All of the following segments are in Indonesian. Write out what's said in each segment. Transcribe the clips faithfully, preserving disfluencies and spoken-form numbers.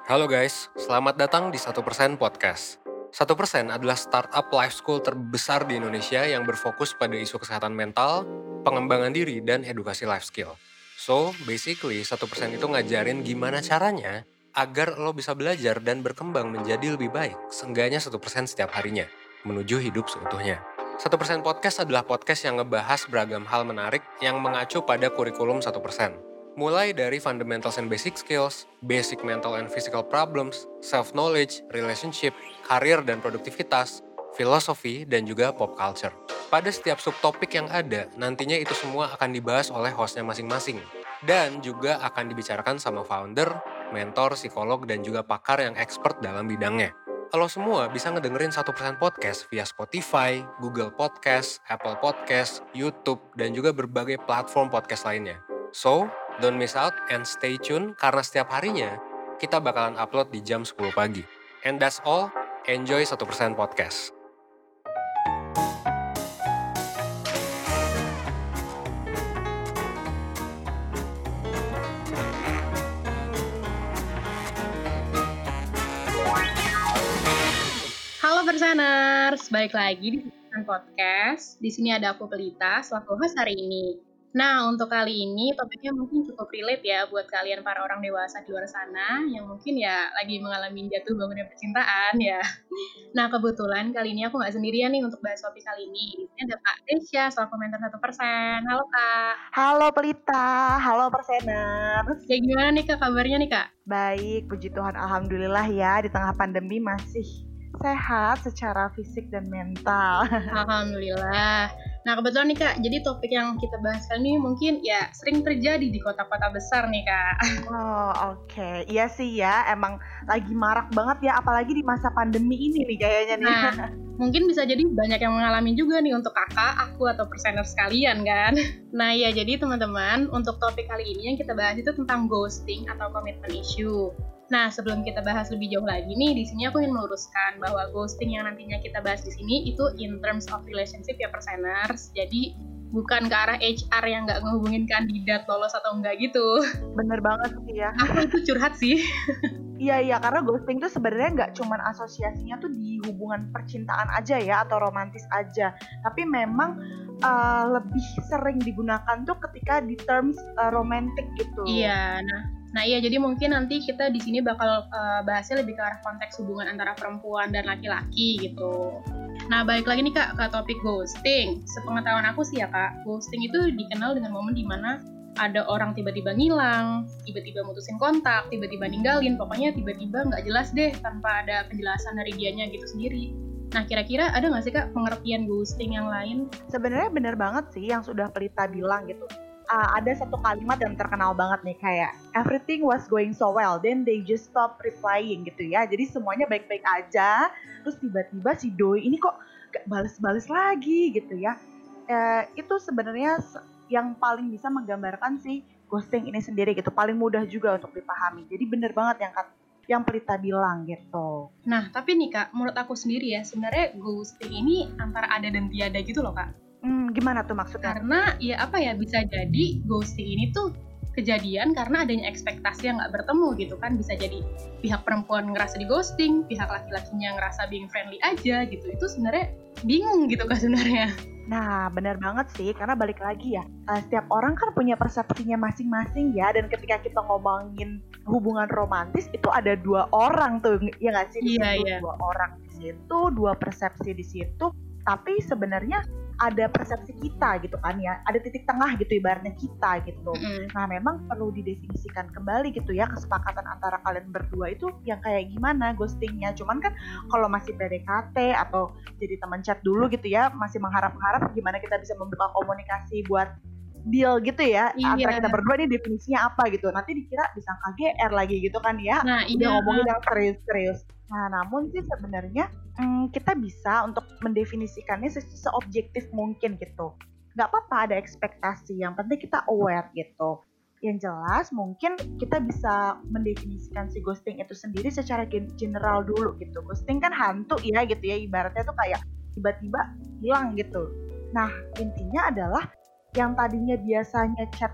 Halo guys, selamat datang di satu persen Podcast. Satu persen adalah startup life school terbesar di Indonesia yang berfokus pada isu kesehatan mental, pengembangan diri, dan edukasi life skill. So, basically satu persen itu ngajarin gimana caranya agar lo bisa belajar dan berkembang menjadi lebih baik, seenggaknya satu persen setiap harinya, menuju hidup seutuhnya. Satu persen Podcast adalah podcast yang ngebahas beragam hal menarik yang mengacu pada kurikulum satu persen. Mulai dari fundamentals and basic skills, basic mental and physical problems, self-knowledge, relationship, karir dan produktivitas, filosofi, dan juga pop culture. Pada setiap subtopik yang ada, nantinya itu semua akan dibahas oleh hostnya masing-masing. Dan juga akan dibicarakan sama founder, mentor, psikolog, dan juga pakar yang expert dalam bidangnya. Lo semua bisa ngedengerin satu persen Podcast via Spotify, Google Podcast, Apple Podcast, YouTube, dan juga berbagai platform podcast lainnya. So, don't miss out and stay tune karena setiap harinya kita bakalan upload di jam sepuluh pagi. And that's all, enjoy satu persen Podcast. Halo Perseners, balik lagi di Persen Podcast. Di sini ada aku Pelita, selaku host hari ini. Nah, untuk kali ini topiknya mungkin cukup relate ya buat kalian para orang dewasa di luar sana yang mungkin ya lagi mengalami jatuh bangunnya percintaan ya. Nah, kebetulan kali ini aku nggak sendirian nih untuk bahas topik kali ini. Di sini ada Kak Desya, selaku mentor satu persen. Halo Kak. Halo Pelita, halo Perseners. Ya gimana nih Kak kabarnya nih Kak? Baik, puji Tuhan, alhamdulillah ya, di tengah pandemi masih sehat secara fisik dan mental. Alhamdulillah. Nah, kebetulan nih Kak, jadi topik yang kita bahas kali ini mungkin ya sering terjadi di kota-kota besar nih Kak. Oh, oke. Okay. Iya sih ya, emang lagi marak banget ya, apalagi di masa pandemi ini nih kayaknya nih. Nah, mungkin bisa jadi banyak yang mengalami juga nih untuk kakak, aku, atau persener sekalian kan. Nah ya, jadi teman-teman, untuk topik kali ini yang kita bahas itu tentang ghosting atau commitment issue. Nah, sebelum kita bahas lebih jauh lagi nih, di sini aku ingin meluruskan bahwa ghosting yang nantinya kita bahas di sini itu in terms of relationship ya perseners. Jadi bukan ke arah H R yang nggak ngehubungin kandidat lolos atau enggak gitu. Bener banget sih ya. Aku itu curhat sih. Iya, iya, karena ghosting tuh sebenarnya nggak cuman asosiasinya tuh di hubungan percintaan aja ya, atau romantis aja. Tapi memang uh, lebih sering digunakan tuh ketika di terms uh, romantic gitu. Iya, nah Nah iya, jadi mungkin nanti kita di sini bakal uh, bahasnya lebih ke arah konteks hubungan antara perempuan dan laki-laki gitu. Nah, balik lagi nih Kak ke topik ghosting. Sepengetahuan aku sih ya Kak, ghosting itu dikenal dengan momen dimana ada orang tiba-tiba ngilang, tiba-tiba mutusin kontak, tiba-tiba ninggalin, pokoknya tiba-tiba nggak jelas deh tanpa ada penjelasan dari dianya gitu sendiri. Nah, kira-kira ada nggak sih Kak pengertian ghosting yang lain? Sebenarnya bener banget sih yang sudah Pelita bilang gitu. Uh, ada satu kalimat yang terkenal banget nih, kayak everything was going so well, then they just stop replying gitu ya. Jadi semuanya baik-baik aja, terus tiba-tiba si doi ini kok gak bales-bales lagi gitu ya. Uh, itu sebenarnya yang paling bisa menggambarkan si ghosting ini sendiri gitu, paling mudah juga untuk dipahami. Jadi bener banget yang yang Pelita bilang gitu. Nah, tapi nih Kak, menurut aku sendiri ya, sebenarnya ghosting ini antara ada dan tiada gitu loh Kak. Hmm, gimana tuh maksudnya? Karena ya apa ya, bisa jadi ghosting ini tuh kejadian karena adanya ekspektasi yang nggak bertemu gitu kan. Bisa jadi pihak perempuan ngerasa di ghosting, pihak laki-lakinya ngerasa being friendly aja gitu. Itu sebenarnya bingung gitu kan sebenarnya. Nah, benar banget sih, karena balik lagi ya, uh, setiap orang kan punya persepsinya masing-masing ya, dan ketika kita ngomongin hubungan romantis, itu ada dua orang tuh, ya nggak sih? Di Iya, situ iya. Dua orang di situ, dua persepsi di situ, tapi sebenarnya ada persepsi kita gitu kan ya, ada titik tengah gitu ibaratnya kita gitu. Mm-hmm. Nah, memang perlu didefinisikan kembali gitu ya, kesepakatan antara kalian berdua itu yang kayak gimana ghostingnya. Cuman kan kalau masih P D K T atau jadi teman chat dulu gitu ya, masih mengharap-harap gimana kita bisa membuka komunikasi buat deal gitu ya, iya. Antara kita berdua nih definisinya apa gitu. Nanti dikira disangka G R lagi gitu kan ya. Nah, udah iya. ngomongin yang serius-serius. Nah, namun sih sebenarnya hmm, kita bisa untuk mendefinisikannya se- seobjektif mungkin gitu. Gak apa-apa ada ekspektasi, yang penting kita aware gitu. Yang jelas mungkin kita bisa mendefinisikan si ghosting itu sendiri secara general dulu gitu. Ghosting kan hantu ya gitu ya, ibaratnya tuh kayak tiba-tiba hilang gitu. Nah, intinya adalah yang tadinya biasanya chat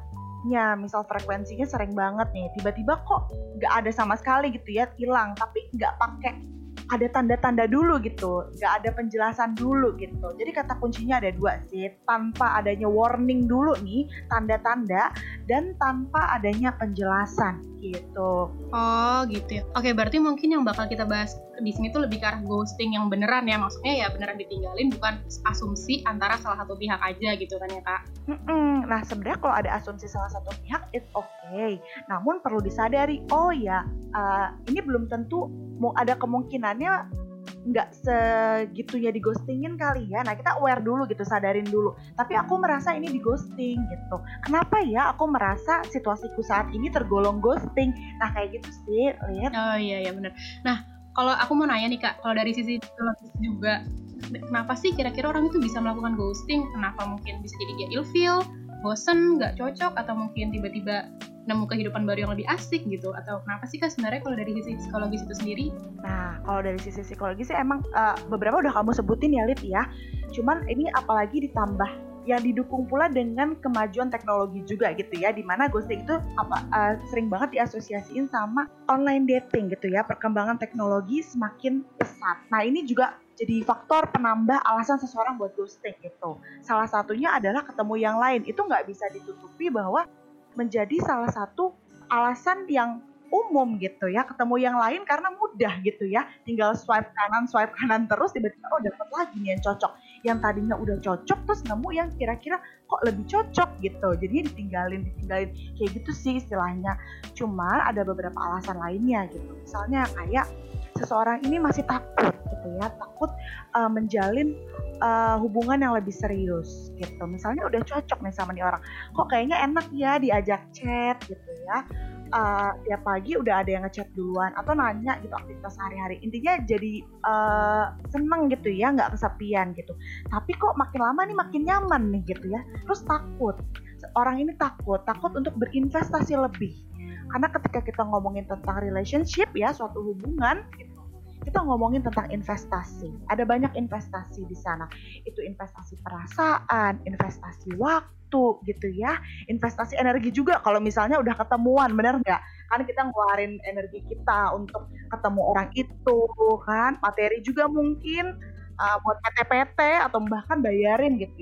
kontaknya, misal frekuensinya sering banget nih, tiba-tiba kok nggak ada sama sekali gitu ya, hilang, tapi nggak pakai ada tanda-tanda dulu gitu, nggak ada penjelasan dulu gitu. Jadi kata kuncinya ada dua sih, tanpa adanya warning dulu nih, tanda-tanda, dan tanpa adanya penjelasan gitu. Oh gitu ya. Oke, berarti mungkin yang bakal kita bahas di sini tuh lebih ke arah ghosting yang beneran ya, maksudnya ya beneran ditinggalin, bukan asumsi antara salah satu pihak aja gitu kan ya Kak. Mm-mm. Nah sebenarnya kalau ada asumsi salah satu pihak it's okay, namun perlu disadari, oh ya uh, ini belum tentu mau ada kemungkinannya nggak segitunya di ghostingin kali ya. Nah kita aware dulu gitu, sadarin dulu. Tapi aku merasa ini di ghosting gitu. Kenapa ya aku merasa situasiku saat ini tergolong ghosting? Nah kayak gitu sih, lihat. Oh iya ya bener. Nah kalau aku mau nanya nih Kak, kalau dari sisi psikologis juga, kenapa sih kira-kira orang itu bisa melakukan ghosting? Kenapa mungkin bisa jadi dia ilfeel, bosen, nggak cocok, atau mungkin tiba-tiba nemu kehidupan baru yang lebih asik gitu, atau kenapa sih Kak sebenarnya kalau dari sisi psikologis itu sendiri? Nah kalau dari sisi psikologis sih emang uh, beberapa udah kamu sebutin ya Lid ya, cuman ini apalagi ditambah yang didukung pula dengan kemajuan teknologi juga gitu ya, dimana ghosting itu apa uh, sering banget diasosiasiin sama online dating gitu ya, perkembangan teknologi semakin pesat. Nah ini juga jadi faktor penambah alasan seseorang buat ghosting gitu. Salah satunya adalah ketemu yang lain, itu nggak bisa ditutupi bahwa menjadi salah satu alasan yang umum gitu ya, ketemu yang lain karena mudah gitu ya, tinggal swipe kanan swipe kanan terus tiba-tiba oh dapat lagi nih yang cocok, yang tadinya udah cocok terus nemu yang kira-kira kok lebih cocok gitu, jadinya ditinggalin ditinggalin kayak gitu sih istilahnya. Cuma ada beberapa alasan lainnya gitu, misalnya kayak seseorang ini masih takut gitu ya, takut uh, menjalin uh, hubungan yang lebih serius gitu. Misalnya udah cocok nih sama nih orang, kok kayaknya enak ya diajak chat gitu ya, uh, tiap pagi udah ada yang ngechat duluan atau nanya gitu aktivitas sehari-hari, intinya jadi uh, seneng gitu ya, nggak kesepian gitu. Tapi kok makin lama nih makin nyaman nih gitu ya, terus takut, orang ini takut takut untuk berinvestasi lebih. Karena ketika kita ngomongin tentang relationship ya, suatu hubungan gitu, kita ngomongin tentang investasi. Ada banyak investasi di sana. Itu investasi perasaan, investasi waktu gitu ya, investasi energi juga kalau misalnya udah ketemuan, bener nggak? Kan kita ngeluarin energi kita untuk ketemu orang itu kan, materi juga mungkin uh, buat P T P T atau bahkan bayarin gitu.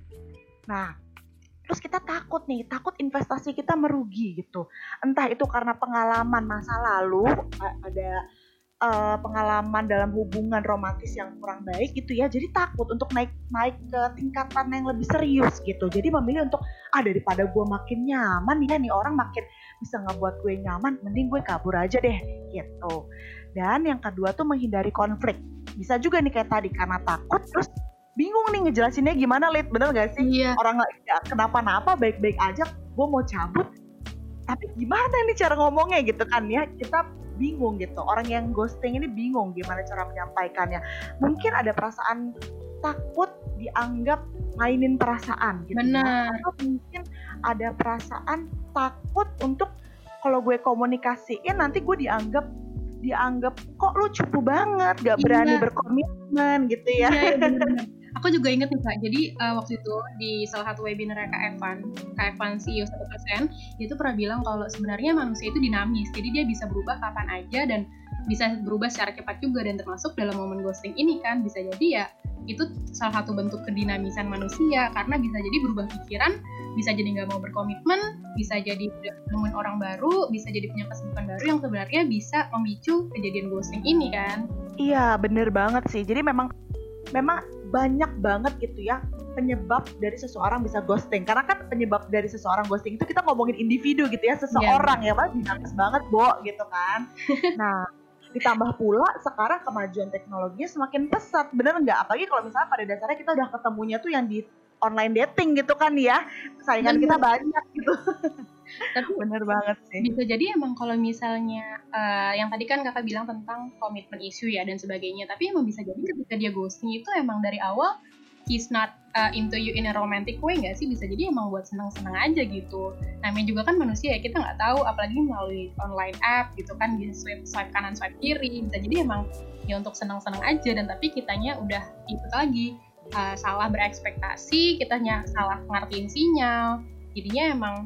Nah terus kita takut nih, takut investasi kita merugi gitu. Entah itu karena pengalaman masa lalu, ada uh, pengalaman dalam hubungan romantis yang kurang baik gitu ya. Jadi takut untuk naik naik ke tingkatan yang lebih serius gitu. Jadi memilih untuk, ah daripada gue makin nyaman ya nih orang makin bisa ngebuat gue nyaman, mending gue kabur aja deh gitu. Dan yang kedua tuh menghindari konflik. Bisa juga nih kayak tadi, karena takut terus bingung nih ngejelasinnya gimana, Lid, bener gak sih? Iya. Orang gak kenapa-napa, baik-baik aja, gue mau cabut, tapi gimana nih cara ngomongnya gitu kan ya, kita bingung gitu. Orang yang ghosting ini bingung gimana cara menyampaikannya. Mungkin ada perasaan takut dianggap mainin perasaan gitu. Benar. Ya. Atau mungkin ada perasaan takut untuk kalau gue komunikasiin nanti gue dianggap dianggap kok lu cupu banget, gak berani iya. berkomitmen gitu ya. Iya, benar-benar. Aku juga inget nih Kak, jadi uh, waktu itu di salah satu webinar Kak Evan, Kak Evan C E O satu persen, dia tuh pernah bilang kalau sebenarnya manusia itu dinamis, jadi dia bisa berubah kapan aja dan bisa berubah secara cepat juga, dan termasuk dalam momen ghosting ini kan bisa jadi ya itu salah satu bentuk kedinamisan manusia, karena bisa jadi berubah pikiran, bisa jadi nggak mau berkomitmen, bisa jadi udah nemuin orang baru, bisa jadi punya kesibukan baru yang sebenarnya bisa memicu kejadian ghosting ini kan. Iya bener banget sih, jadi memang memang banyak banget gitu ya penyebab dari seseorang bisa ghosting, karena kan penyebab dari seseorang ghosting itu kita ngomongin individu gitu ya, seseorang yeah. ya malah dinamis banget Bo gitu kan. Nah ditambah pula sekarang kemajuan teknologinya semakin pesat, bener nggak? Apalagi kalau misalnya pada dasarnya kita udah ketemunya tuh yang di online dating gitu kan ya, saingan kita banyak gitu. Tapi bener banget sih. Bisa jadi emang kalau misalnya uh, yang tadi kan kakak bilang tentang komitmen issue ya dan sebagainya, tapi emang bisa jadi ketika dia ghosting itu emang dari awal he's not uh, into you in a romantic way nggak sih? Bisa jadi emang buat senang-senang aja gitu. Namanya juga kan manusia ya, kita nggak tahu, apalagi melalui online app gitu kan, di swipe, swipe kanan swipe kiri, bisa jadi emang ya untuk senang-senang aja, dan tapi kitanya udah ikut lagi uh, salah berekspektasi, kitanya salah ngertiin sinyal, jadinya emang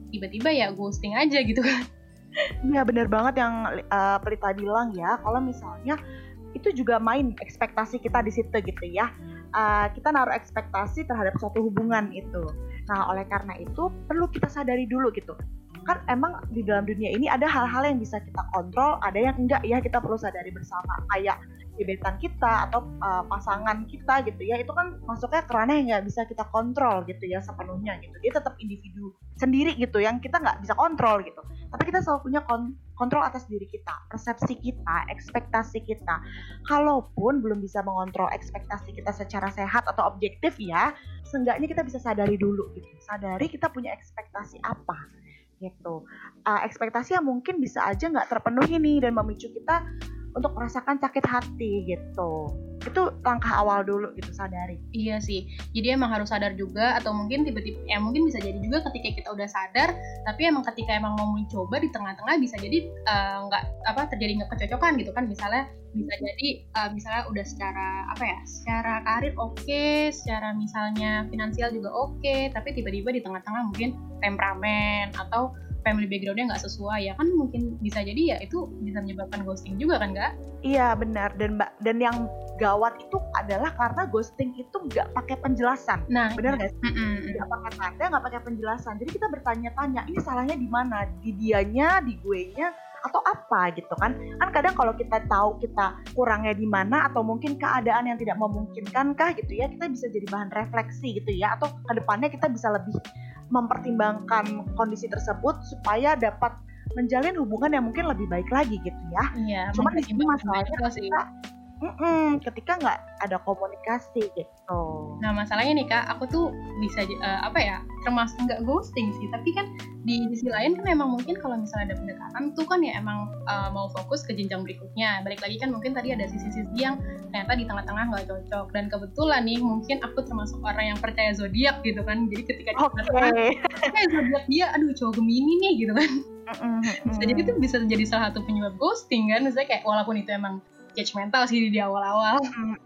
tiba-tiba ya ghosting aja gitu kan. Iya benar banget yang uh, Pelita bilang ya, kalau misalnya itu juga main ekspektasi kita di situ gitu ya. Uh, kita naruh ekspektasi terhadap suatu hubungan itu. Nah oleh karena itu perlu kita sadari dulu gitu. Kan emang di dalam dunia ini ada hal-hal yang bisa kita kontrol, ada yang enggak ya, kita perlu sadari bersama. Kayak gebetan kita atau uh, pasangan kita gitu ya, itu kan masuknya ke ranah yang nggak bisa kita kontrol gitu ya sepenuhnya gitu. Dia tetap individu sendiri gitu yang kita nggak bisa kontrol gitu. Tapi kita selalu punya kon- kontrol atas diri kita, persepsi kita, ekspektasi kita. Kalaupun belum bisa mengontrol ekspektasi kita secara sehat atau objektif ya, seenggaknya kita bisa sadari dulu gitu. Sadari kita punya ekspektasi apa gitu. Uh, ekspektasi yang mungkin bisa aja nggak terpenuhi nih dan memicu kita untuk merasakan sakit hati gitu. Itu langkah awal dulu gitu, sadari. Iya sih, jadi emang harus sadar juga, atau mungkin tiba-tiba ya mungkin bisa jadi juga ketika kita udah sadar, tapi emang ketika emang mau mencoba di tengah-tengah bisa jadi nggak uh, apa terjadi nggak kecocokan gitu kan. Misalnya bisa jadi uh, misalnya udah secara apa ya, secara karir oke, okay, secara misalnya finansial juga oke, okay, tapi tiba-tiba di tengah-tengah mungkin temperamen atau family background-nya nggak sesuai ya kan, mungkin bisa jadi ya itu bisa menyebabkan ghosting juga kan Kak? Iya benar, dan mbak dan yang gawat itu adalah karena ghosting itu nggak pakai penjelasan. Nah benar nggak iya. sih? Nggak pakai tanda, nggak pakai penjelasan. Jadi kita bertanya-tanya ini salahnya di mana, di dianya, di guenya, atau apa gitu kan? Kan kadang kalau kita tahu kita kurangnya di mana atau mungkin keadaan yang tidak memungkinkan kah gitu ya, kita bisa jadi bahan refleksi gitu ya, atau kedepannya kita bisa lebih mempertimbangkan kondisi tersebut supaya dapat menjalin hubungan yang mungkin lebih baik lagi gitu ya. Iya, cuma di sini masalahnya ketika Mm-mm, ketika nggak ada komunikasi gitu. Nah masalahnya nih Kak, aku tuh bisa uh, apa ya, termasuk nggak ghosting sih, tapi kan di sisi lain kan emang mungkin kalau misalnya ada pendekatan tuh kan ya emang uh, mau fokus ke jenjang berikutnya. Balik lagi kan mungkin tadi ada sisi-sisi yang ternyata di tengah-tengah nggak cocok, dan kebetulan nih mungkin aku termasuk orang yang percaya zodiak gitu kan. Jadi ketika di tengah-tengah kayak zodiak dia, aduh cowok Gemini nih gitu kan. Bisa jadi tuh bisa jadi salah satu penyebab ghosting kan. Misalnya kayak walaupun itu emang judgmental sih di awal-awal.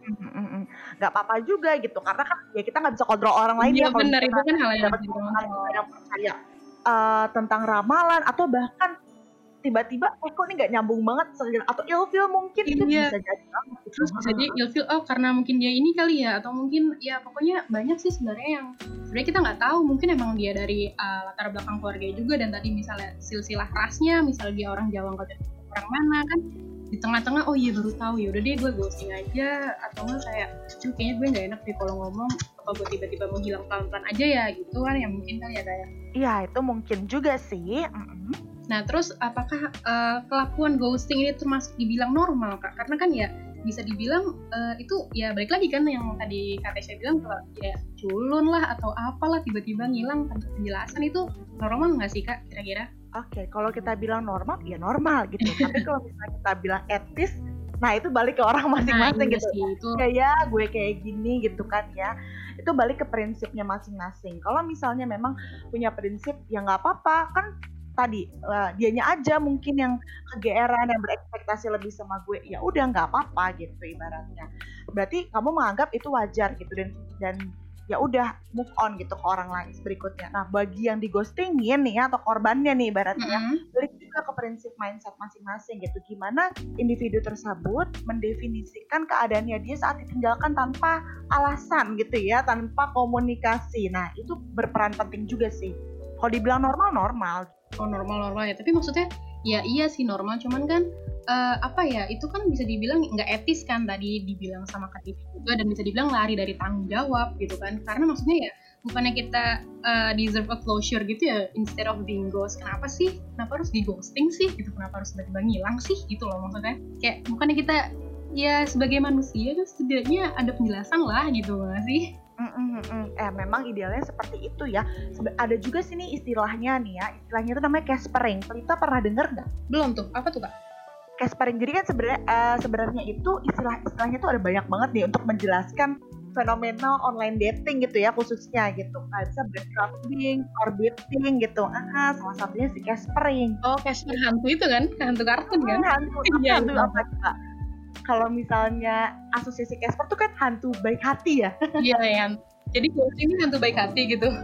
Gak apa-apa juga gitu, karena kan ya kita nggak bisa kontrol orang lain ya. Iya benar, itu kan hal yang harus dikontrol. Yang percaya uh, tentang ramalan atau bahkan tiba-tiba eh kok ini nggak nyambung banget atau ilfeel mungkin iya. Itu bisa jadi banget. Gitu. Terus bisa jadi ilfeel oh karena mungkin dia ini kali ya, atau mungkin ya pokoknya banyak sih sebenarnya yang sebenarnya kita nggak tahu. Mungkin emang dia dari uh, latar belakang keluarga juga, dan tadi misalnya silsilah rasnya, misalnya dia orang Jawa nggak tahu orang mana kan. Di tengah-tengah oh iya baru tahu, ya udah deh gue ghosting aja, atau nggak kayak cuy kayaknya gue nggak enak deh kalau ngomong, apa gue tiba-tiba menghilang pelan-pelan aja ya gitu kan, yang mungkin kali ya kayak iya itu mungkin juga sih. Mm-hmm. Nah terus apakah uh, kelakuan ghosting ini termasuk dibilang normal Kak? Karena kan ya bisa dibilang uh, itu ya balik lagi kan yang tadi Kak Tesya bilang kalau ya culun lah atau apalah tiba-tiba ngilang tanpa penjelasan, itu normal nggak sih Kak kira-kira? Oke, okay, kalau kita bilang normal, ya normal gitu. Tapi kalau misalnya kita bilang etis, nah itu balik ke orang masing-masing nah, gitu. Sih, itu. Kayak gue kayak gini gitu kan ya. Itu balik ke prinsipnya masing-masing. Kalau misalnya memang punya prinsip, ya nggak apa-apa. Kan tadi uh, dianya aja mungkin yang kegeeran, yang berekspektasi lebih sama gue, ya udah nggak apa-apa gitu ibaratnya. Berarti kamu menganggap itu wajar gitu, dan dan ya udah move on gitu ke orang lain berikutnya. Nah bagi yang dighostingin nih ya, atau korbannya nih ibaratnya, mm-hmm. balik juga ke prinsip mindset masing-masing gitu. Gimana individu tersebut mendefinisikan keadaannya dia saat ditinggalkan tanpa alasan gitu ya, tanpa komunikasi. Nah itu berperan penting juga sih. Kalau dibilang normal normal. Oh normal-normal ya, tapi maksudnya ya iya sih normal, cuman kan Uh, apa ya, itu kan bisa dibilang nggak etis kan, tadi dibilang sama Kak Tivi juga, dan bisa dibilang lari dari tanggung jawab gitu kan. Karena maksudnya ya bukannya kita uh, deserve a closure gitu ya, instead of being ghost. Kenapa sih? Kenapa harus di ghosting sih gitu? Kenapa harus tiba-tiba ngilang sih gitu loh maksudnya. Kayak bukannya kita ya sebagai manusia kan setidaknya ada penjelasan lah gitu nggak sih? Mm-mm-mm. Eh memang idealnya seperti itu ya. Sebe- ada juga sih nih istilahnya nih ya. Istilahnya itu namanya caspering. Pelita pernah dengar nggak? Belum tuh. Apa tuh Kak? Caspering. Jadi kan sebenarnya uh, sebenarnya itu istilah-istilahnya tuh ada banyak banget nih untuk menjelaskan fenomena online dating gitu ya khususnya gitu. Kayak bisa breadcrumbing, orbiting gitu. Ah, salah satunya si caspering. Oh, Casper hantu itu kan? Hantu kartun kan? Hmm, hantu. Iya, hantu apa Kak? Kalau misalnya asosiasi Casper tuh kan hantu baik hati ya. Iya ya. Jadi ghosting ini hantu baik hati gitu.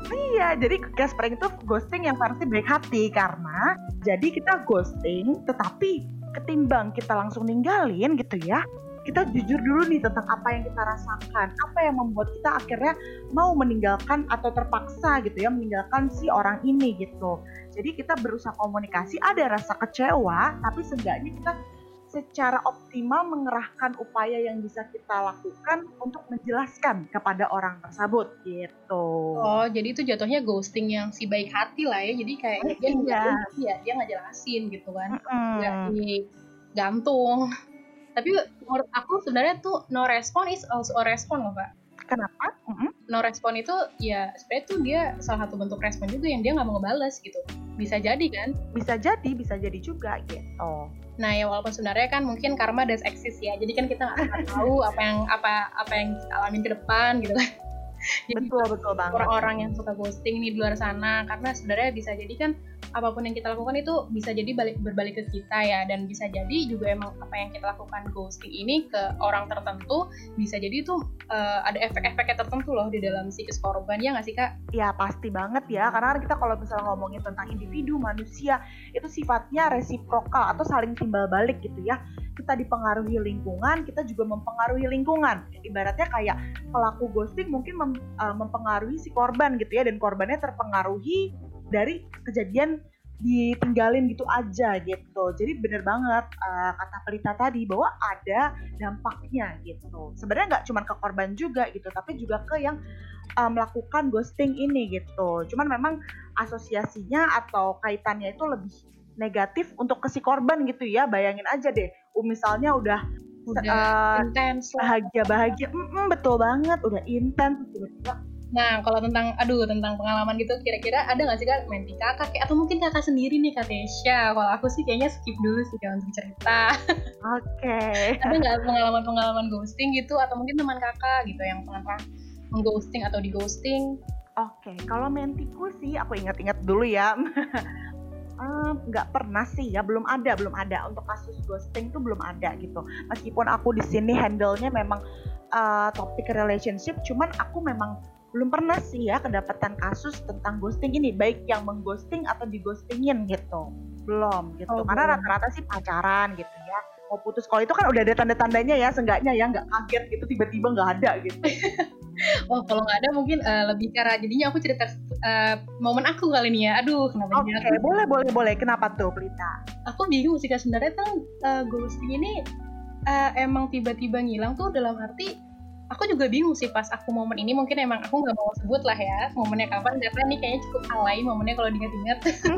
Iya, jadi gaspreng itu ghosting yang versi baik hati karena jadi kita ghosting, tetapi ketimbang kita langsung ninggalin gitu ya, kita jujur dulu nih tentang apa yang kita rasakan, apa yang membuat kita akhirnya mau meninggalkan atau terpaksa gitu ya meninggalkan si orang ini gitu. Jadi kita berusaha komunikasi, ada rasa kecewa, tapi seenggaknya kita secara optimal mengerahkan upaya yang bisa kita lakukan untuk menjelaskan kepada orang tersebut gitu. Oh, jadi itu jatuhnya ghosting yang si baik hati lah ya. Jadi kayak Eh, dia iya. ninggalin tapi ya dia nggak jelasin gitu kan. Nggak Mm-mm. digantung. Tapi menurut aku sebenarnya tuh no respond is also a respond loh Kak. Kenapa? Mm-mm. No respon itu ya sebenarnya tuh dia salah satu bentuk respon juga yang dia nggak mau ngebales gitu. Bisa jadi kan. Bisa jadi, bisa jadi juga gitu. Nah ya walaupun sebenarnya kan mungkin karma does exist ya. Jadi kan kita nggak pernah tahu apa yang apa apa yang kita alamin ke depan gitu kan. Jadi Betul, betul banget. orang-orang yang suka ghosting nih di luar sana, karena sebenarnya bisa jadi kan apapun yang kita lakukan itu bisa jadi balik berbalik ke kita ya, dan bisa jadi juga emang apa yang kita lakukan ghosting ini ke orang tertentu bisa jadi itu uh, ada efek-efeknya tertentu loh di dalam psikis korban, ya nggak sih Kak? Ya pasti banget ya, karena kan kita kalau misalnya ngomongin tentang individu, manusia, itu sifatnya resiprokal atau saling timbal balik gitu ya. Kita dipengaruhi lingkungan, kita juga mempengaruhi lingkungan. Ibaratnya kayak pelaku ghosting mungkin mem, uh, mempengaruhi si korban gitu ya, dan korbannya terpengaruhi dari kejadian ditinggalin gitu aja gitu. Jadi bener banget uh, kata Pelita tadi bahwa ada dampaknya gitu. Sebenarnya nggak cuma ke korban juga gitu, tapi juga ke yang uh, melakukan ghosting ini gitu. Cuman memang asosiasinya atau kaitannya itu lebih negatif untuk ke si korban gitu ya. Bayangin aja deh, misalnya udah Udah uh, intens bahagia bahagia, mm-mm, betul banget, udah intens tiba-tiba. Nah, kalau tentang, aduh, tentang pengalaman gitu, kira-kira ada nggak sih Kak, menti kakak, kayak, atau mungkin kakak sendiri nih, Kak Tesya? Kalau aku sih kayaknya skip dulu sih Kak untuk cerita. Oke. Okay. Ada nggak pengalaman-pengalaman ghosting gitu, atau mungkin teman kakak gitu yang pernah mengghosting atau di-ghosting? Oke, okay. Kalau mentiku sih, aku ingat-ingat dulu ya. Nggak uh, pernah sih ya, belum ada, belum ada untuk kasus ghosting tuh belum ada gitu. Meskipun aku di sini handle-nya memang uh, topik relationship, cuman aku memang belum pernah sih ya kedapatan kasus tentang ghosting ini, baik yang mengghosting atau dighostingin gitu, belum gitu. Oh, karena belum. Rata-rata sih pacaran gitu ya, mau putus kalau itu kan udah ada tanda-tandanya ya, seenggaknya ya nggak kaget gitu tiba-tiba nggak ada gitu. Oh kalau nggak ada mungkin uh, lebih karena jadinya aku cerita uh, momen aku kali ini ya. Aduh kenapa? Oke, okay, boleh boleh boleh. Kenapa tuh Pelita? Aku bingung sih Kak, sebenarnya kan uh, ghosting ini uh, emang tiba-tiba ngilang tuh dalam arti aku juga bingung sih pas aku momen ini, mungkin emang aku nggak mau sebut lah ya momennya kapan, karena ini kayaknya cukup alay momennya kalau diingat-ingat.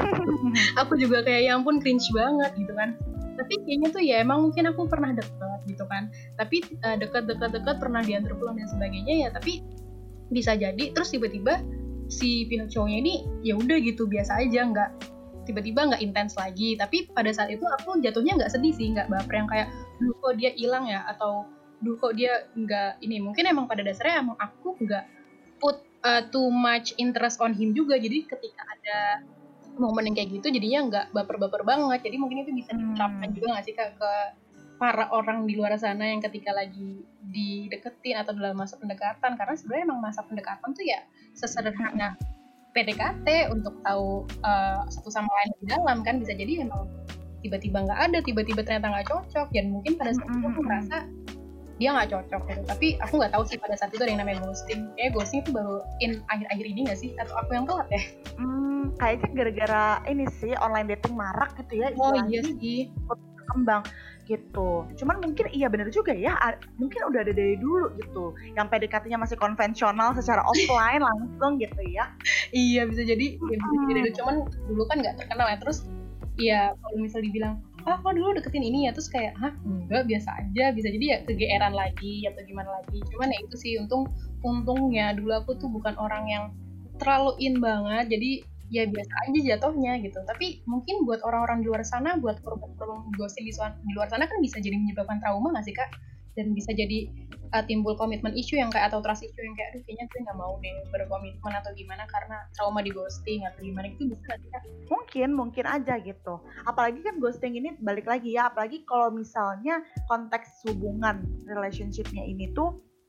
Aku juga kayak ya ampun cringe banget gitu kan. Tapi kayaknya tuh ya emang mungkin aku pernah deket gitu kan, tapi uh, deket-deket-deket pernah diantar pulang dan sebagainya ya, tapi bisa jadi terus tiba-tiba si pihak cowoknya ini ya udah gitu biasa aja, nggak tiba-tiba nggak intens lagi. Tapi pada saat itu aku jatuhnya nggak sedih sih, nggak baper yang kayak duh kok dia hilang ya, atau duh kok dia nggak ini. Mungkin emang pada dasarnya emang aku nggak put uh, too much interest on him juga, jadi ketika ada momen yang kayak gitu jadinya nggak baper-baper banget. Jadi mungkin itu bisa diterapkan hmm. juga nggak sih Kak ke para orang di luar sana yang ketika lagi dideketin atau dalam masa pendekatan, karena sebenarnya emang masa pendekatan tuh ya sesederhana P D K T untuk tahu uh, satu sama lain lebih dalam kan. Bisa jadi emang tiba-tiba nggak ada, tiba-tiba ternyata nggak cocok, dan mungkin pada saat itu aku merasa dia nggak cocok gitu. Tapi aku nggak tahu sih pada saat itu ada yang namanya ghosting. Kayaknya ghosting itu baru in akhir-akhir ini nggak sih, atau aku yang telat ya? Hmm, kayaknya gara-gara ini sih online dating marak gitu ya. Oh iya sih, berkembang gitu. Cuman mungkin iya benar juga ya, mungkin udah ada dari dulu gitu, yang P D K T-nya masih konvensional secara offline langsung gitu ya. Iya bisa jadi, ya bisa jadi dari, cuman dulu kan nggak terkenal ya. Terus ya kalau misal dibilang ah kok dulu deketin ini ya, terus kayak hah enggak biasa aja, bisa jadi ya kegeeran lagi atau gimana lagi. Cuman ya itu sih untung untungnya dulu aku tuh bukan orang yang terlalu in banget, jadi ya biasa aja jatuhnya gitu. Tapi mungkin buat orang-orang di luar sana, buat korban-korban ghosting di, di luar sana kan bisa jadi menyebabkan trauma nggak sih Kak? Dan bisa jadi uh, timbul komitmen issue yang kayak, atau trust issue yang kayak aduh kayaknya gue nggak mau deh berkomitmen atau gimana karena trauma di ghosting atau gimana, itu bisa nggak sih Kak? Mungkin, mungkin aja gitu. Apalagi kan ghosting ini balik lagi ya, apalagi kalau misalnya konteks hubungan relationship-nya ini tuh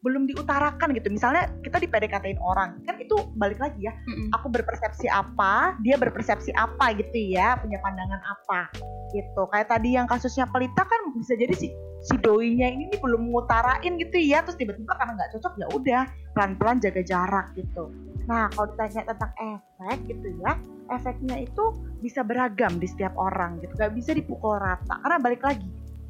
belum diutarakan gitu. Misalnya kita di P D K T-in orang, kan itu balik lagi ya. Mm-mm. Aku berpersepsi apa, dia berpersepsi apa gitu ya, punya pandangan apa gitu. Kayak tadi yang kasusnya Pelita kan bisa jadi si si doinya ini nih belum ngutarain gitu ya, terus tiba-tiba karena nggak cocok ya udah pelan-pelan jaga jarak gitu. Nah kalau ditanya tentang efek gitu ya, efeknya itu bisa beragam di setiap orang gitu, nggak bisa dipukul rata karena balik lagi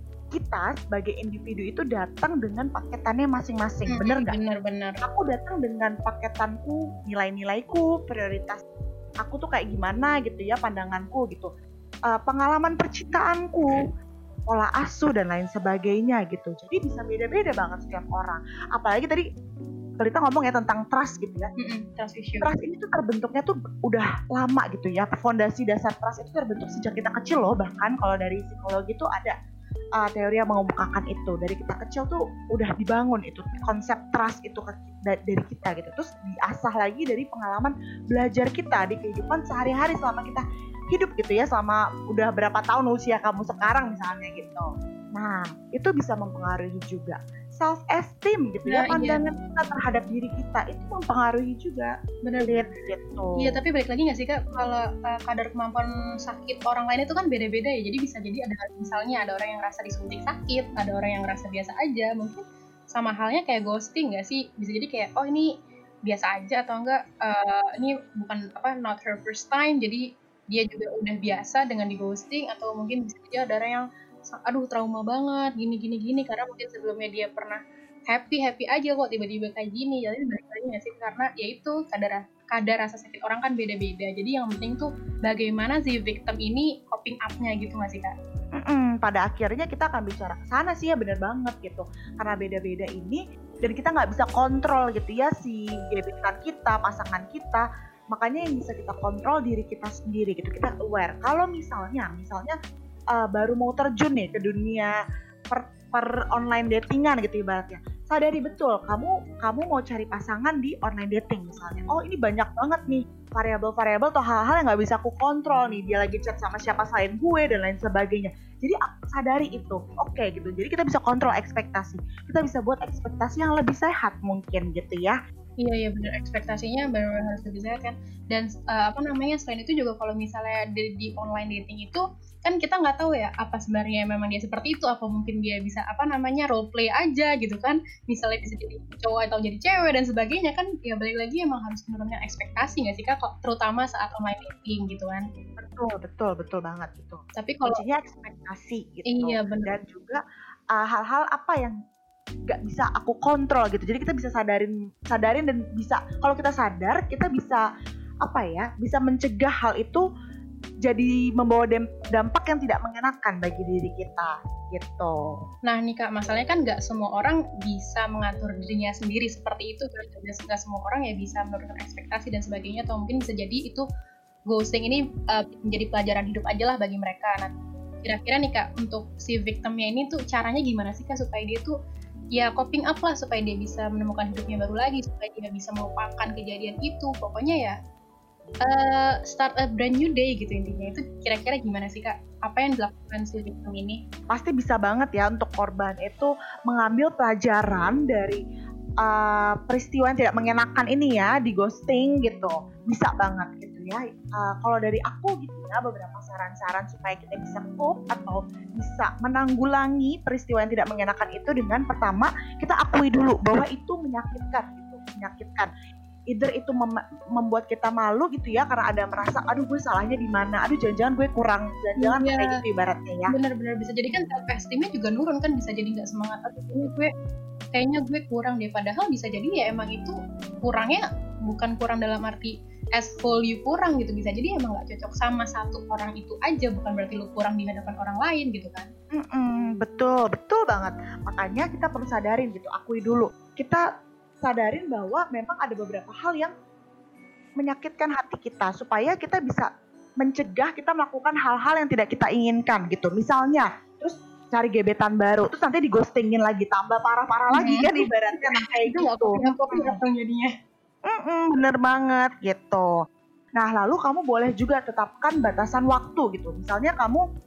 kita sebagai individu itu datang dengan paketannya masing-masing, Mm-mm, bener nggak? bener-bener. Aku datang dengan paketanku, nilai-nilaiku, prioritas aku tuh kayak gimana gitu ya, pandanganku gitu, uh, pengalaman percintaanku, pola asuh dan lain sebagainya gitu. Jadi bisa beda-beda banget setiap orang. Apalagi tadi kita ngomong ya tentang trust gitu ya. Mm-mm, trust issue. Trust ini tuh terbentuknya tuh udah lama gitu ya. Fondasi dasar trust itu terbentuk sejak kita kecil loh. Bahkan kalau dari psikologi tuh ada uh, teori yang mengemukakan itu. Dari kita kecil tuh udah dibangun itu konsep trust itu ke, da, dari kita gitu. Terus diasah lagi dari pengalaman belajar kita di kehidupan sehari-hari selama kita hidup gitu ya, selama udah berapa tahun usia kamu sekarang misalnya gitu. Nah itu bisa mempengaruhi juga self esteem gitu Nah, ya, pandangan iya. kita terhadap diri kita itu mempengaruhi juga. Bener gitu. Iya, tapi balik lagi nggak sih Kak, kalau uh, kadar kemampuan sakit orang lain itu kan beda-beda ya. Jadi bisa jadi ada misalnya ada orang yang ngerasa disuntik sakit, ada orang yang ngerasa biasa aja. Mungkin sama halnya kayak ghosting nggak sih? Bisa jadi kayak oh ini biasa aja atau enggak uh, ini bukan apa not her first time. Jadi dia juga udah biasa dengan di ghosting, atau mungkin bisa jadi ada orang yang aduh trauma banget gini gini gini karena mungkin sebelumnya dia pernah happy happy aja kok tiba-tiba kayak gini. Jadi balik lagi nggak sih, karena ya itu kadar kadar rasa sakit orang kan beda-beda. Jadi yang penting tuh bagaimana si victim ini coping up-nya gitu nggak sih Kak? Mm-mm, pada akhirnya kita akan bicara ke sana sih ya, benar banget gitu. Karena beda-beda ini dan kita nggak bisa kontrol gitu ya si gebetan kita, pasangan kita. Makanya yang bisa kita kontrol diri kita sendiri gitu. Kita aware. Kalau misalnya, misalnya uh, baru mau terjun nih ke dunia per, per online datingan gitu ibaratnya. Sadari betul, kamu kamu mau cari pasangan di online dating misalnya. Oh ini banyak banget nih variabel-variabel atau hal-hal yang nggak bisa aku kontrol nih. Dia lagi chat sama siapa selain gue dan lain sebagainya. Jadi sadari itu, oke okay, gitu. Jadi kita bisa kontrol ekspektasi. Kita bisa buat ekspektasi yang lebih sehat mungkin gitu ya. Iya iya benar, ekspektasinya benar-benar harus lebih sehat kan. Dan uh, apa namanya selain itu juga kalau misalnya di, di online dating itu kan kita nggak tahu ya apa sebenarnya memang dia seperti itu, apa mungkin dia bisa apa namanya role play aja gitu kan, misalnya bisa jadi cowok atau jadi cewek dan sebagainya kan. Ya balik lagi emang harus menurunkan ekspektasi nggak sih Kak, terutama saat online dating gitu kan. Betul betul betul banget gitu. Tapi kalau kuncinya ekspektasi gitu. Iya benar. Dan juga uh, hal-hal apa yang nggak bisa aku kontrol gitu. Jadi kita bisa sadarin sadarin dan bisa, kalau kita sadar kita bisa apa ya, bisa mencegah hal itu jadi membawa dampak yang tidak mengenakan bagi diri kita gitu. Nah nih Kak, masalahnya kan nggak semua orang bisa mengatur dirinya sendiri seperti itu kan. Nggak semua orang ya bisa menurunkan ekspektasi dan sebagainya, atau mungkin bisa jadi itu ghosting ini uh, menjadi pelajaran hidup aja lah bagi mereka. Nah kira-kira nih Kak, untuk si victimnya ini tuh caranya gimana sih Kak supaya dia tuh ya coping up lah, supaya dia bisa menemukan hidupnya baru lagi, supaya dia bisa melupakan kejadian itu. Pokoknya ya uh, start a brand new day gitu intinya. Itu kira-kira gimana sih Kak? Apa yang dilakukan si victim ini? Pasti bisa banget ya untuk korban itu mengambil pelajaran dari uh, peristiwa yang tidak mengenakan ini ya, di ghosting gitu. Bisa banget gitu ya. Uh, kalau dari aku gitu ya, beberapa saran-saran supaya kita bisa cope atau bisa menanggulangi peristiwa yang tidak mengenakan itu dengan pertama kita akui dulu bahwa itu menyakitkan gitu, menyakitkan. Either itu mem- membuat kita malu gitu ya karena ada merasa aduh gue salahnya di mana, aduh jangan-jangan gue kurang, jangan-jangan Iya. kayak gitu ibaratnya ya. Benar-benar bisa jadi kan self esteemnya juga nurun kan, bisa jadi nggak semangat, aduh kayaknya gue kayaknya gue kurang deh, padahal bisa jadi ya emang itu kurangnya bukan kurang dalam arti as full you kurang gitu, bisa jadi emang nggak cocok sama satu orang itu aja, bukan berarti lu kurang di hadapan orang lain gitu kan. Mm-mm, betul betul banget, makanya kita perlu sadarin gitu, akui dulu, kita sadarin bahwa memang ada beberapa hal yang menyakitkan hati kita supaya kita bisa mencegah kita melakukan hal-hal yang tidak kita inginkan gitu. Misalnya terus cari gebetan baru, terus nanti di ghostingin lagi, tambah parah-parah lagi kan ibaratnya. Nah kayak Itu gitu. nggak kopi-kopi datang jadinya. Mm-mm, bener banget gitu. Nah lalu kamu boleh juga tetapkan batasan waktu gitu. Misalnya kamu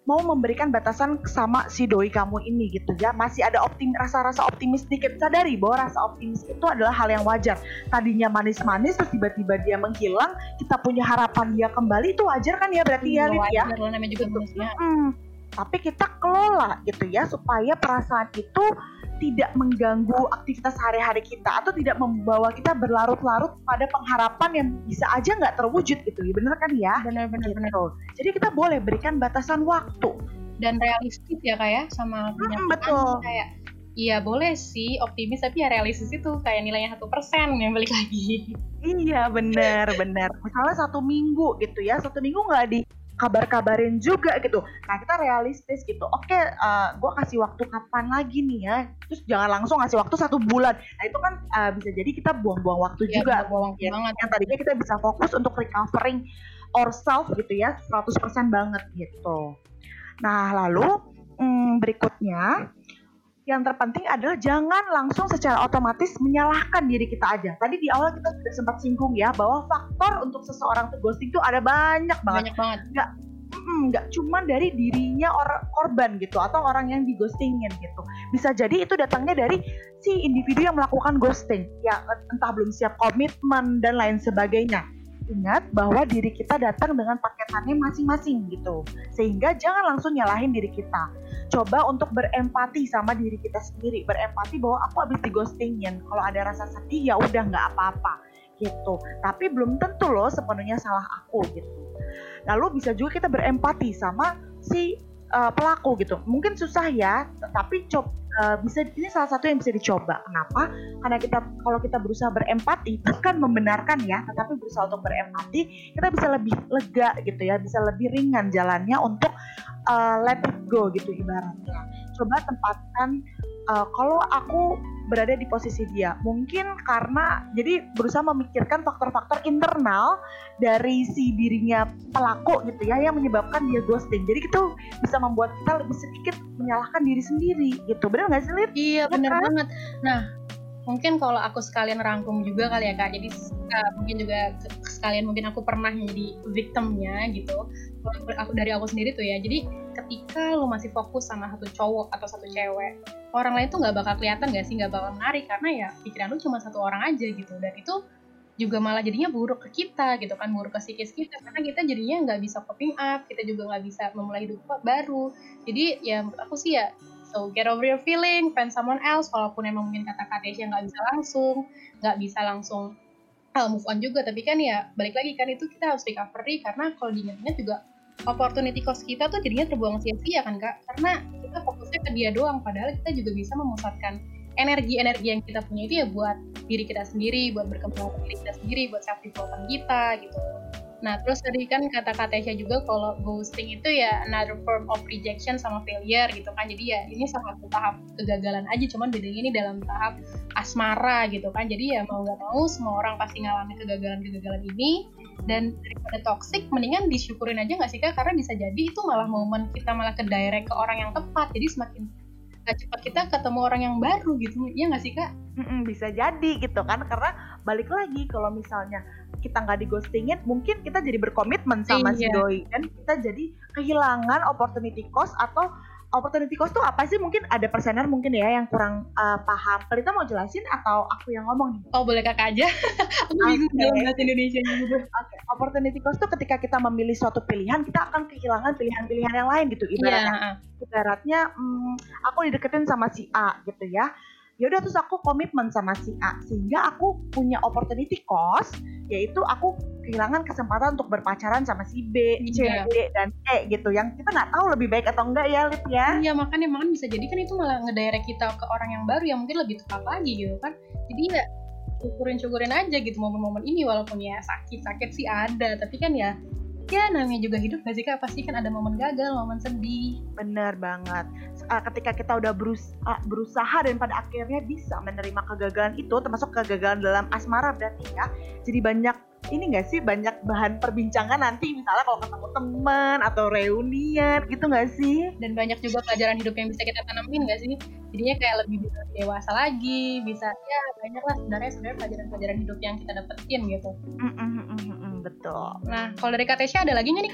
mau memberikan batasan sama si doi kamu ini gitu ya. Masih ada optim, rasa-rasa optimis sedikit. Sadari bahwa rasa optimis itu adalah hal yang wajar. Tadinya manis-manis terus tiba-tiba dia menghilang, kita punya harapan dia kembali, itu wajar kan ya berarti ya, Iya, Lid ya. wajar lah, namanya juga manusia. Mm-mm. Tapi kita kelola gitu ya supaya perasaan itu tidak mengganggu aktivitas sehari-hari kita atau tidak membawa kita berlarut-larut pada pengharapan yang bisa aja nggak terwujud gitu, bener kan ya? Benar-benar benar. Gitu. Jadi kita boleh berikan batasan waktu. Dan realistis ya kak ya, sama Hmm, kenyataan betul. kayak iya boleh sih optimis tapi ya realistis itu kayak nilainya satu persen yang balik lagi. Iya benar benar. Misalnya satu minggu gitu ya, satu minggu nggak di kabar-kabarin juga gitu. Nah kita realistis gitu. Oke, uh, gue kasih waktu kapan lagi nih ya. Terus jangan langsung ngasih waktu satu bulan. Nah itu kan uh, bisa jadi kita buang-buang waktu Ya, juga. buang-buang Ya, banget. yang tadinya kita bisa fokus untuk recovering ourselves gitu ya, seratus persen banget gitu. Nah lalu hmm, berikutnya yang terpenting adalah jangan langsung secara otomatis menyalahkan diri kita aja. Tadi di awal kita sudah sempat singgung ya bahwa faktor untuk seseorang tuh ghosting itu ada banyak banget. Banyak banget. Nggak, mm, nggak cuma dari dirinya orang korban gitu atau orang yang dighostingin gitu. Bisa jadi itu datangnya dari si individu yang melakukan ghosting. Ya entah belum siap komitmen dan lain sebagainya. Ingat bahwa diri kita datang dengan paketannya masing-masing gitu. Sehingga jangan langsung nyalahin diri kita. Coba untuk berempati sama diri kita sendiri, berempati bahwa aku habis digostingin. Kalau ada rasa sedih ya udah nggak apa-apa gitu. Tapi belum tentu loh sepenuhnya salah aku gitu. Lalu bisa juga kita berempati sama si uh, pelaku gitu. Mungkin susah ya, tapi coba uh, bisa ini salah satu yang bisa dicoba. Kenapa? Karena kita kalau kita berusaha berempati bukan membenarkan ya, tetapi berusaha untuk berempati, kita bisa lebih lega gitu ya, bisa lebih ringan jalannya untuk uh, let it go gitu ibaratnya. Coba tempatkan uh, kalau aku berada di posisi dia, mungkin karena jadi berusaha memikirkan faktor-faktor internal dari si dirinya pelaku gitu ya yang menyebabkan dia ghosting. Jadi itu bisa membuat kita lebih sedikit menyalahkan diri sendiri gitu. Benar nggak sih, Lid? Iya, Ya benar kan? banget. Nah, mungkin kalau aku sekalian rangkum juga kali ya kak. Jadi uh, mungkin juga sekalian mungkin aku pernah menjadi victimnya gitu. Kalau aku dari aku sendiri tuh ya. Jadi ketika lu masih fokus sama satu cowok atau satu cewek, orang lain tuh nggak bakal kelihatan nggak sih, nggak bakal menarik karena ya pikiran lu cuma satu orang aja gitu. Dan itu juga malah jadinya buruk ke kita gitu kan, buruk ke psikis kita karena kita jadinya nggak bisa coping up, kita juga nggak bisa memulai hidup baru. Jadi ya menurut aku sih ya, so get over your feeling, find someone else. Walaupun emang mungkin kata-katanya nggak bisa langsung, nggak bisa langsung uh, move on juga, tapi kan ya balik lagi kan itu kita harus recovery karena kalau diingat-ingat juga opportunity cost kita tuh jadinya terbuang sia-sia kan kak, karena kita fokusnya ke dia doang, padahal kita juga bisa memusatkan energi-energi yang kita punya itu ya buat diri kita sendiri, buat berkembang diri kita sendiri, buat self development kita gitu. Nah terus tadi kan kata Katesha juga kalau ghosting itu ya another form of rejection sama failure gitu kan, jadi ya ini salah satu tahap kegagalan aja, cuman bedanya ini dalam tahap asmara gitu kan. Jadi ya mau nggak mau semua orang pasti ngalamin kegagalan-kegagalan ini, dan daripada toxic mendingan disyukurin aja nggak sih kak, karena bisa jadi itu malah momen kita malah ke direct ke orang yang tepat, jadi semakin gak cepat kita ketemu orang yang baru gitu, ya nggak sih kak? Mm-mm, bisa jadi gitu kan, karena balik lagi kalau misalnya kita nggak digostingin, mungkin kita jadi berkomitmen sama si Iya. doi dan kita jadi kehilangan opportunity cost. Atau opportunity cost tuh apa sih? Mungkin ada persener mungkin ya yang kurang uh, paham. Pelita mau jelasin atau aku yang ngomong nih? Oh boleh kakak aja. Aku bingung Oke. dalam bahasa Indonesia juga. Oke, opportunity cost tuh ketika kita memilih suatu pilihan, kita akan kehilangan pilihan-pilihan yang lain gitu. Ibaratnya, Iya. ibaratnya hmm, aku dideketin sama si A gitu ya. Ya udah terus aku komitmen sama si A sehingga aku punya opportunity cost, yaitu aku kehilangan kesempatan untuk berpacaran sama si B, C, Iya. D dan E gitu, yang kita nggak tahu lebih baik atau enggak ya, Lip ya. Iya makanya makan bisa jadi kan itu malah ngedirect kita ke orang yang baru yang mungkin lebih tepat lagi gitu kan. Jadi ya syukurin-syukurin aja gitu momen-momen ini, walaupun ya sakit-sakit sih ada, tapi kan ya ya namanya juga hidup gak sih kak, pasti kan ada momen gagal, momen sedih. Benar banget. Uh, ketika kita udah berus- uh, berusaha dan pada akhirnya bisa menerima kegagalan itu, termasuk kegagalan dalam asmara berarti ya, jadi banyak ini nggak sih, banyak bahan perbincangan nanti misalnya kalau ketemu teman atau reunian gitu nggak sih? Dan banyak juga pelajaran hidup yang bisa kita tanamin gak sih, jadinya kayak lebih bisa dewasa lagi, bisa ya banyak lah sebenarnya sebenarnya pelajaran-pelajaran hidup yang kita dapetin gitu. Mm-mm, mm-mm, mm-mm, betul. Nah kalau dari Kak Tesya ada lagi nggak nih kak?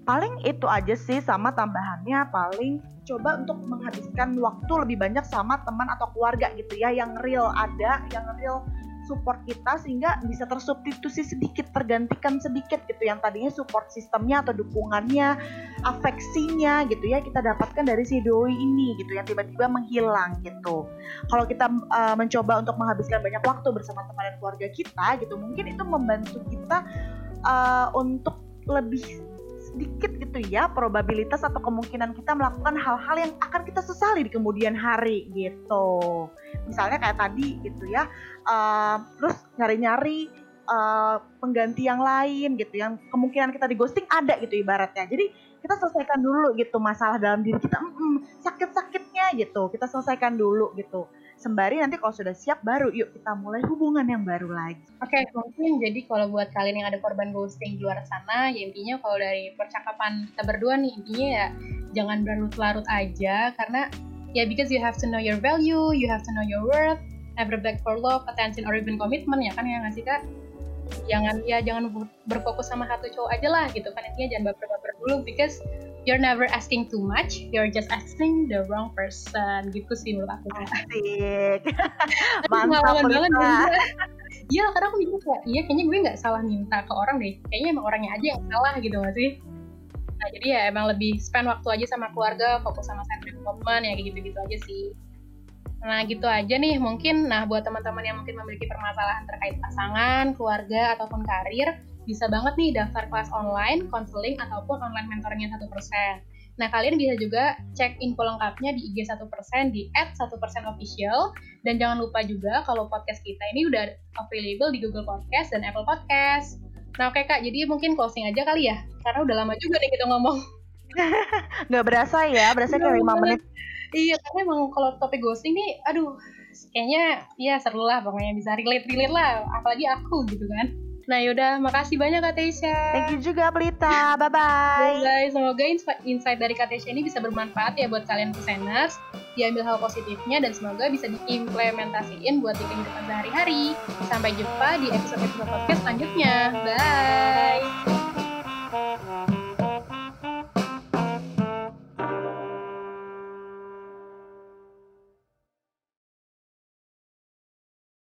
Paling itu aja sih, sama tambahannya paling coba untuk menghabiskan waktu lebih banyak sama teman atau keluarga gitu ya, yang real ada, yang real support kita sehingga bisa tersubstitusi sedikit, tergantikan sedikit gitu, yang tadinya support sistemnya atau dukungannya, afeksinya gitu ya kita dapatkan dari si doi ini gitu yang tiba-tiba menghilang gitu. Kalau kita uh, mencoba untuk menghabiskan banyak waktu bersama teman dan keluarga kita gitu, mungkin itu membantu kita uh, untuk lebih sedikit gitu ya probabilitas atau kemungkinan kita melakukan hal-hal yang akan kita sesali di kemudian hari gitu. Misalnya kayak tadi gitu ya, uh, terus nyari-nyari uh, pengganti yang lain gitu, yang kemungkinan kita di ghosting ada gitu ibaratnya. Jadi kita selesaikan dulu gitu masalah dalam diri kita, mm, sakit-sakitnya gitu, kita selesaikan dulu gitu. Sembari nanti kalau sudah siap baru yuk kita mulai hubungan yang baru lagi. Oke, okay, mungkin jadi kalau buat kalian yang ada korban ghosting di luar sana, ya intinya kalau dari percakapan kita berdua nih, intinya ya jangan berlarut-larut aja, karena ya because you have to know your value, you have to know your worth, never beg for love, attention, or even commitment, ya kan ya nggak sih Kak? Jangan ya jangan berfokus sama satu cowok aja lah gitu kan, intinya jangan baper-baper dulu, because you're never asking too much, you're just asking the wrong person, gitu sih menurut aku. Asik. Mantap banget. Iya, karena aku mikir kayak, iya kayaknya gue gak salah minta ke orang deh, kayaknya emang orangnya aja yang salah gitu gak sih? Nah jadi ya emang lebih spend waktu aja sama keluarga, fokus sama self development, ya kayak gitu-gitu aja sih. Nah gitu aja nih mungkin, nah buat teman-teman yang mungkin memiliki permasalahan terkait pasangan, keluarga, ataupun karir, bisa banget nih daftar kelas online, konseling, ataupun online mentoringnya satu persen. Nah, kalian bisa juga cek info lengkapnya di I G satu persen di et satu persen official. Dan jangan lupa juga kalau podcast kita ini udah available di Google Podcast dan Apple Podcast. Nah, oke Kak, jadi mungkin closing aja kali ya? Karena udah lama juga nih kita ngomong. Nggak berasa ya, berasa kayak lima menit. Iya, karena emang kalau topik ghosting nih, aduh, kayaknya ya seru lah, pokoknya bisa relate-relate lah, apalagi aku gitu kan. Nah yaudah, makasih banyak Kak Tesha. Thank you juga Pelita, bye-bye. Bye-bye, semoga insight dari Kak Tesha ini bisa bermanfaat ya buat kalian listeners. Diambil hal positifnya dan semoga bisa diimplementasiin buat di kehidupan sehari-hari. Sampai jumpa di episode-episode podcast selanjutnya. Bye!